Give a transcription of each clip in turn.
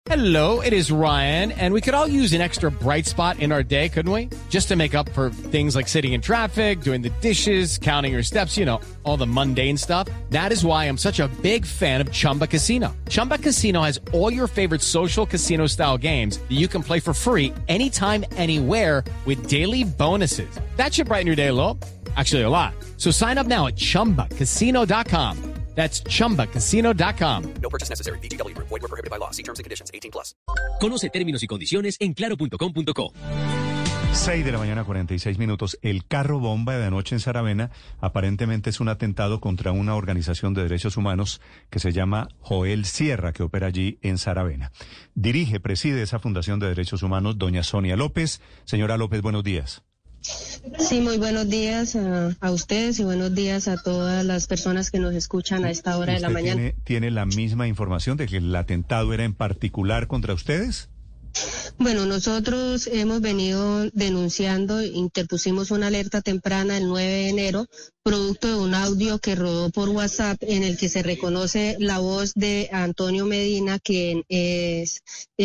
Hello, it is Ryan, and we could all use an extra bright spot in our day, couldn't we? Just to make up for things like sitting in traffic, doing the dishes, counting your steps, you know, all the mundane stuff. That is why I'm such a big fan of Chumba Casino. Chumba Casino has all your favorite social casino-style games that you can play for free anytime, anywhere with daily bonuses. That should brighten your day a little. Actually, a lot. So sign up now at ChumbaCasino.com. That's ChumbaCasino.com. No purchase necessary. VGW Group. Void where prohibited by law. See terms and conditions. 18+. Conoce términos y condiciones en claro.com.co. 6 de la mañana, 46 minutos. El carro bomba de anoche en Saravena aparentemente es un atentado contra una organización de derechos humanos que se llama Joel Sierra, que opera allí en Saravena. Preside esa Fundación de Derechos Humanos doña Sonia López. Señora López, buenos días. Sí, muy buenos días a ustedes y buenos días a todas las personas que nos escuchan a esta hora de la mañana. ¿Tiene la misma información de que el atentado era en particular contra ustedes? Bueno, nosotros hemos venido denunciando, interpusimos una alerta temprana el 9 de enero, producto de un audio que rodó por WhatsApp en el que se reconoce la voz de Antonio Medina, quien es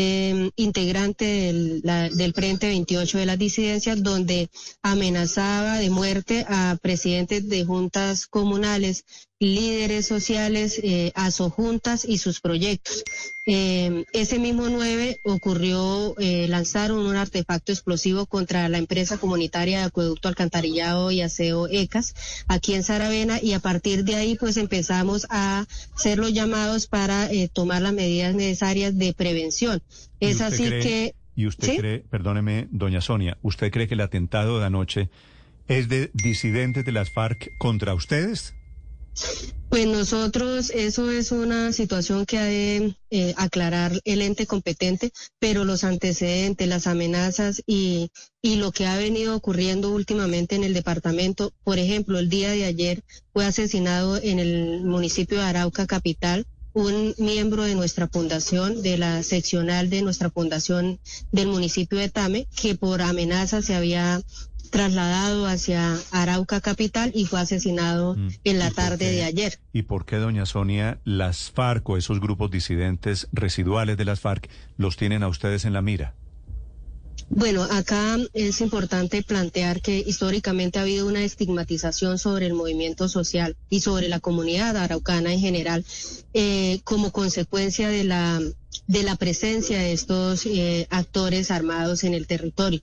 integrante del Frente 28 de las disidencias, donde amenazaba de muerte a presidentes de juntas comunales, líderes sociales, asojuntas y sus proyectos. Ese mismo 9 ocurrió, lanzaron un artefacto explosivo contra la empresa comunitaria de acueducto, alcantarillado y aseo ECAS, aquí en Saravena, y a partir de ahí pues empezamos a hacer los llamados para tomar las medidas necesarias de prevención. Es así que... ¿Y usted cree, perdóneme, doña Sonia, usted cree que el atentado de anoche es de disidentes de las FARC contra ustedes? Pues nosotros, eso es una situación que ha de aclarar el ente competente, pero los antecedentes, las amenazas y lo que ha venido ocurriendo últimamente en el departamento, por ejemplo, el día de ayer fue asesinado en el municipio de Arauca capital un miembro de nuestra fundación, de la seccional de nuestra fundación del municipio de Tame, que por amenazas se había trasladado hacia Arauca capital y fue asesinado en la tarde de ayer. ¿Y por qué, doña Sonia, las FARC o esos grupos disidentes residuales de las FARC los tienen a ustedes en la mira? Bueno, acá es importante plantear que históricamente ha habido una estigmatización sobre el movimiento social y sobre la comunidad araucana en general, como consecuencia de la presencia de estos actores armados en el territorio.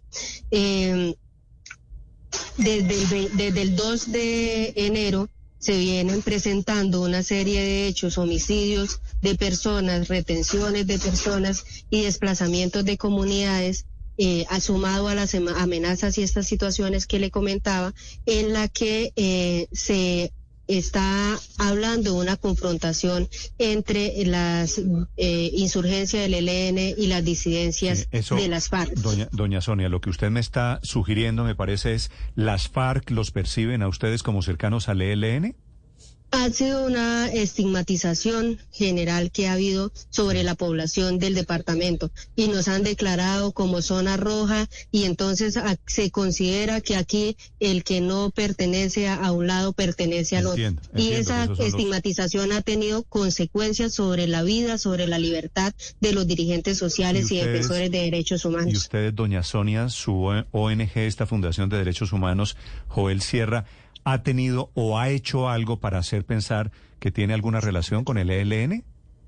Desde el 2 de enero se vienen presentando una serie de hechos, homicidios de personas, retenciones de personas y desplazamientos de comunidades, sumado a las amenazas y estas situaciones que le comentaba, en la que se está hablando de una confrontación entre las insurgencias del ELN y las disidencias de las FARC. Doña Sonia, lo que usted me está sugiriendo, me parece, es ¿las FARC los perciben a ustedes como cercanos al ELN? Ha sido una estigmatización general que ha habido sobre la población del departamento y nos han declarado como zona roja, y entonces se considera que aquí el que no pertenece a un lado pertenece al otro. Y esa estigmatización ha tenido consecuencias sobre la vida, sobre la libertad de los dirigentes sociales y defensores de derechos humanos. Y ustedes, doña Sonia, su ONG, esta Fundación de Derechos Humanos, Joel Sierra, ¿ha tenido o ha hecho algo para hacer pensar que tiene alguna relación con el ELN?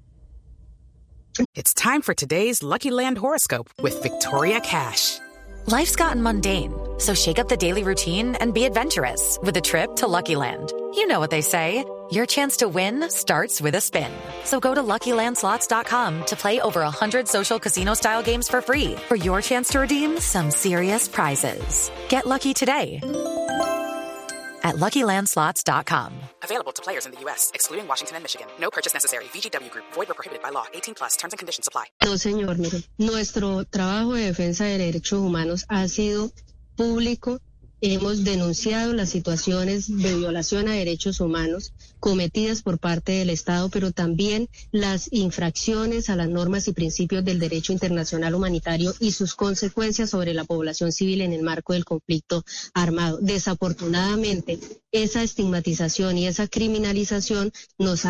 It's time for today's Lucky Land horoscope with Victoria Cash. Life's gotten mundane, so shake up the daily routine and be adventurous with a trip to Lucky Land. You know what they say, your chance to win starts with a spin. So go to LuckyLandSlots.com to play over 100 social casino-style games for free for your chance to redeem some serious prizes. Get lucky today at LuckyLandSlots.com. Available to players in the U.S., excluding Washington and Michigan. No purchase necessary. VGW Group. Void where prohibited by law. 18+. Terms and conditions apply. No, señor, mire, nuestro trabajo de defensa de derechos humanos ha sido público. Hemos denunciado las situaciones de violación a derechos humanos cometidas por parte del Estado, pero también las infracciones a las normas y principios del derecho internacional humanitario y sus consecuencias sobre la población civil en el marco del conflicto armado. Desafortunadamente, esa estigmatización y esa criminalización nos ha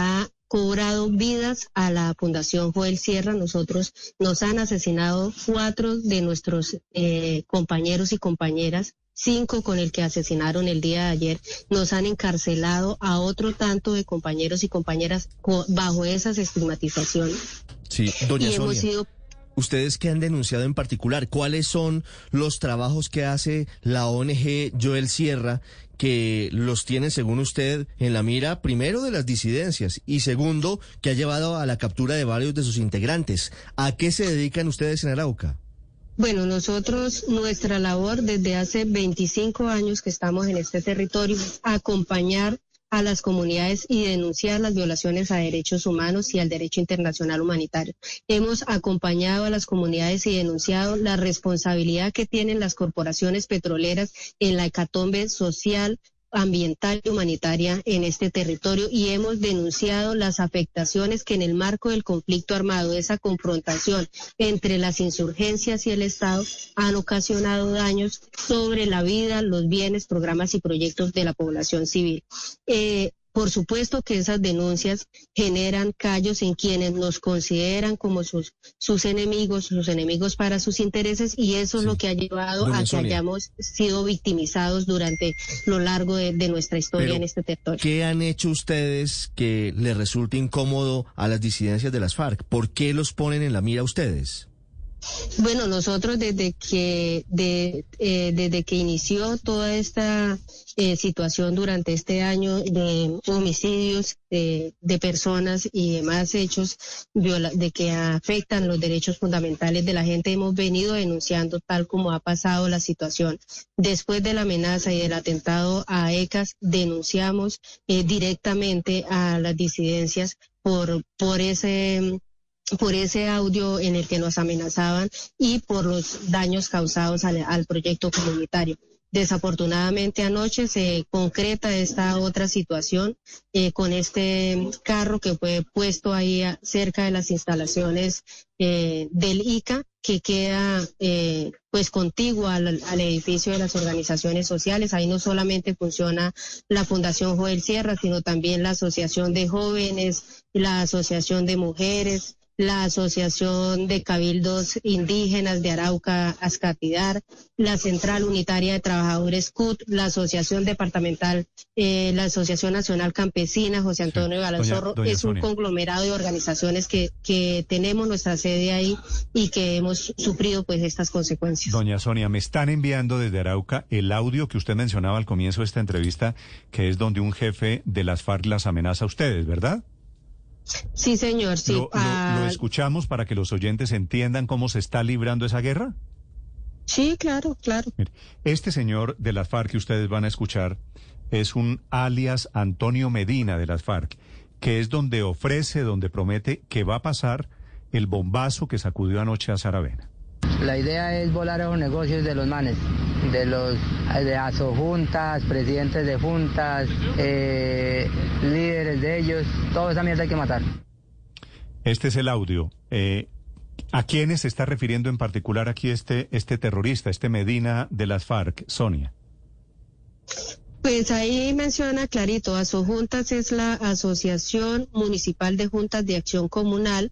cobrado vidas a la Fundación Joel Sierra. Nosotros nos han asesinado 4 de nuestros compañeros y compañeras, 5 con el que asesinaron el día de ayer. Nos han encarcelado a otro tanto de compañeros y compañeras bajo esas estigmatizaciones. Sí, doña y Sonia. hemos sido... ¿Ustedes qué han denunciado en particular? ¿Cuáles son los trabajos que hace la ONG Joel Sierra que los tienen, según usted, en la mira, primero, de las disidencias y segundo, que ha llevado a la captura de varios de sus integrantes? ¿A qué se dedican ustedes en Arauca? Bueno, nosotros, nuestra labor desde hace 25 años que estamos en este territorio es acompañar a las comunidades y denunciar las violaciones a derechos humanos y al derecho internacional humanitario. Hemos acompañado a las comunidades y denunciado la responsabilidad que tienen las corporaciones petroleras en la hecatombe social, ambiental y humanitaria en este territorio, y hemos denunciado las afectaciones que en el marco del conflicto armado, esa confrontación entre las insurgencias y el Estado, han ocasionado daños sobre la vida, los bienes, programas y proyectos de la población civil. Por supuesto que esas denuncias generan callos en quienes nos consideran como sus enemigos para sus intereses, y eso es lo que ha llevado Doña a que Sonia, hayamos sido victimizados durante lo largo de nuestra historia en este territorio. ¿Qué han hecho ustedes que les resulte incómodo a las disidencias de las FARC? ¿Por qué los ponen en la mira ustedes? Bueno, nosotros desde que inició toda esta situación durante este año de homicidios de personas y demás hechos de que afectan los derechos fundamentales de la gente, hemos venido denunciando tal como ha pasado la situación. Después de la amenaza y del atentado a ECAS, denunciamos directamente a las disidencias por ese audio en el que nos amenazaban y por los daños causados al proyecto comunitario. Desafortunadamente anoche se concreta esta otra situación con este carro que fue puesto ahí cerca de las instalaciones del ICA, que queda pues contiguo al edificio de las organizaciones sociales. Ahí no solamente funciona la Fundación Joel Sierra, sino también la Asociación de Jóvenes, la Asociación de Mujeres, la Asociación de Cabildos Indígenas de Arauca, Ascatidar, la Central Unitaria de Trabajadores CUT, la Asociación Departamental, la Asociación Nacional Campesina, José Antonio Galanzorro. Doña es un Sonia. conglomerado de organizaciones que tenemos nuestra sede ahí y que hemos sufrido pues estas consecuencias. Doña Sonia, me están enviando desde Arauca el audio que usted mencionaba al comienzo de esta entrevista, que es donde un jefe de las FARC las amenaza a ustedes, ¿verdad? Sí, señor, sí. ¿Lo escuchamos para que los oyentes entiendan cómo se está librando esa guerra? Sí, claro. Mire, este señor de las FARC que ustedes van a escuchar es un alias Antonio Medina de las FARC, que es donde promete que va a pasar el bombazo que sacudió anoche a Saravena. La idea es volar a los negocios de los manes, de asojuntas, presidentes de juntas, líderes de ellos, toda esa mierda hay que matar. Este es el audio. ¿A quiénes se está refiriendo en particular aquí este terrorista, este Medina de las FARC, Sonia? Pues ahí menciona clarito, Asojuntas es la Asociación Municipal de Juntas de Acción Comunal.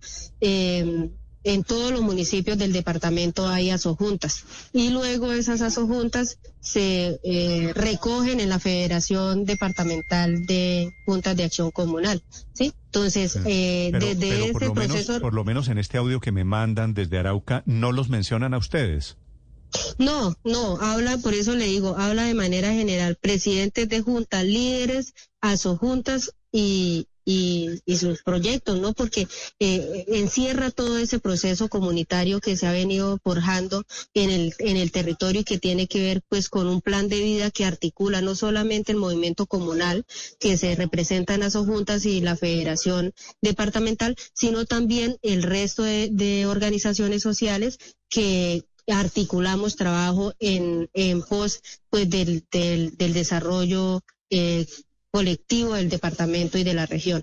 En todos los municipios del departamento hay asojuntas, y luego esas asojuntas se recogen en la Federación Departamental de Juntas de Acción Comunal, ¿sí? Entonces, desde ese proceso... Por lo menos en este audio que me mandan desde Arauca, no los mencionan a ustedes. No, habla, por eso le digo, habla de manera general, presidentes de juntas, líderes, asojuntas y sus proyectos, ¿no? Porque encierra todo ese proceso comunitario que se ha venido forjando en el territorio y que tiene que ver pues con un plan de vida que articula no solamente el movimiento comunal que se representa en las juntas y la Federación Departamental, sino también el resto de organizaciones sociales que articulamos trabajo en pos pues del desarrollo colectivo del departamento y de la región.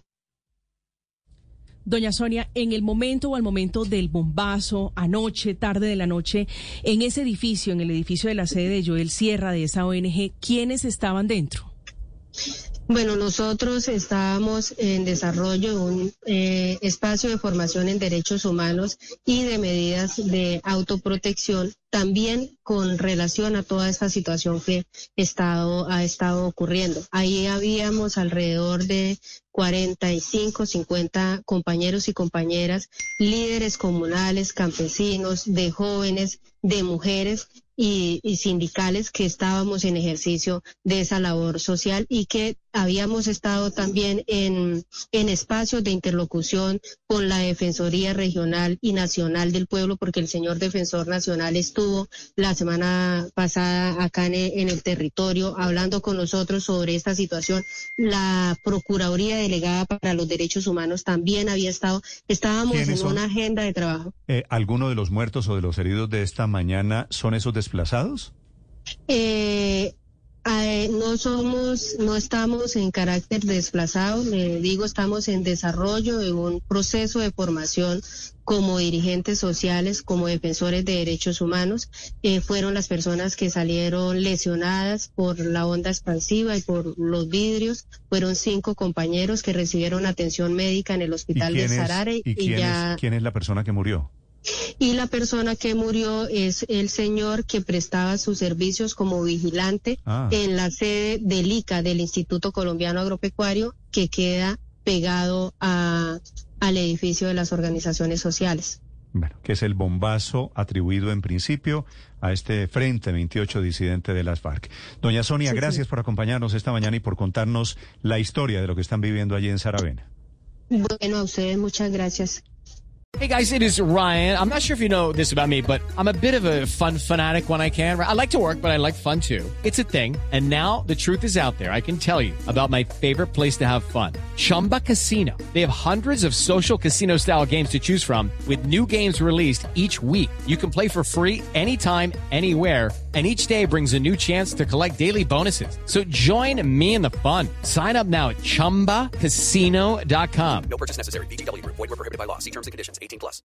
Doña Sonia, en el momento del bombazo, anoche, tarde de la noche, en ese edificio, en el edificio de la sede de Joel Sierra, de esa ONG, ¿quiénes estaban dentro? Bueno, nosotros estábamos en desarrollo de un espacio de formación en derechos humanos y de medidas de autoprotección, también con relación a toda esta situación que ha estado ocurriendo. Ahí habíamos alrededor de 45, 50 compañeros y compañeras, líderes comunales, campesinos, de jóvenes, de mujeres y sindicales que estábamos en ejercicio de esa labor social y que habíamos estado también en espacios de interlocución con la Defensoría Regional y Nacional del Pueblo, porque el señor Defensor Nacional estuvo la semana pasada acá en el territorio hablando con nosotros sobre esta situación. La Procuraduría Delegada para los Derechos Humanos también había estado, estábamos en una agenda de trabajo. ¿Alguno de los muertos o de los heridos de esta mañana son esos desplazados? No estamos en carácter desplazado, le digo, estamos en desarrollo de un proceso de formación como dirigentes sociales, como defensores de derechos humanos. Fueron las personas que salieron lesionadas por la onda expansiva y por los vidrios. Fueron 5 compañeros que recibieron atención médica en el hospital de Sarare. ¿Quién es la persona que murió? Y la persona que murió es el señor que prestaba sus servicios como vigilante en la sede del ICA, del Instituto Colombiano Agropecuario, que queda pegado al edificio de las organizaciones sociales. Bueno, que es el bombazo atribuido en principio a este Frente 28 disidente de las FARC. Doña Sonia, gracias por acompañarnos esta mañana y por contarnos la historia de lo que están viviendo allí en Saravena. Bueno, a ustedes muchas gracias. Hey guys, it is Ryan. I'm not sure if you know this about me, but I'm a bit of a fun fanatic when I can. I like to work, but I like fun too. It's a thing. And now the truth is out there. I can tell you about my favorite place to have fun. Chumba Casino. They have hundreds of social casino style games to choose from with new games released each week. You can play for free anytime, anywhere. And each day brings a new chance to collect daily bonuses. So join me in the fun. Sign up now at ChumbaCasino.com. No purchase necessary. VGW Group. Void where prohibited by law. See terms and conditions. 18+.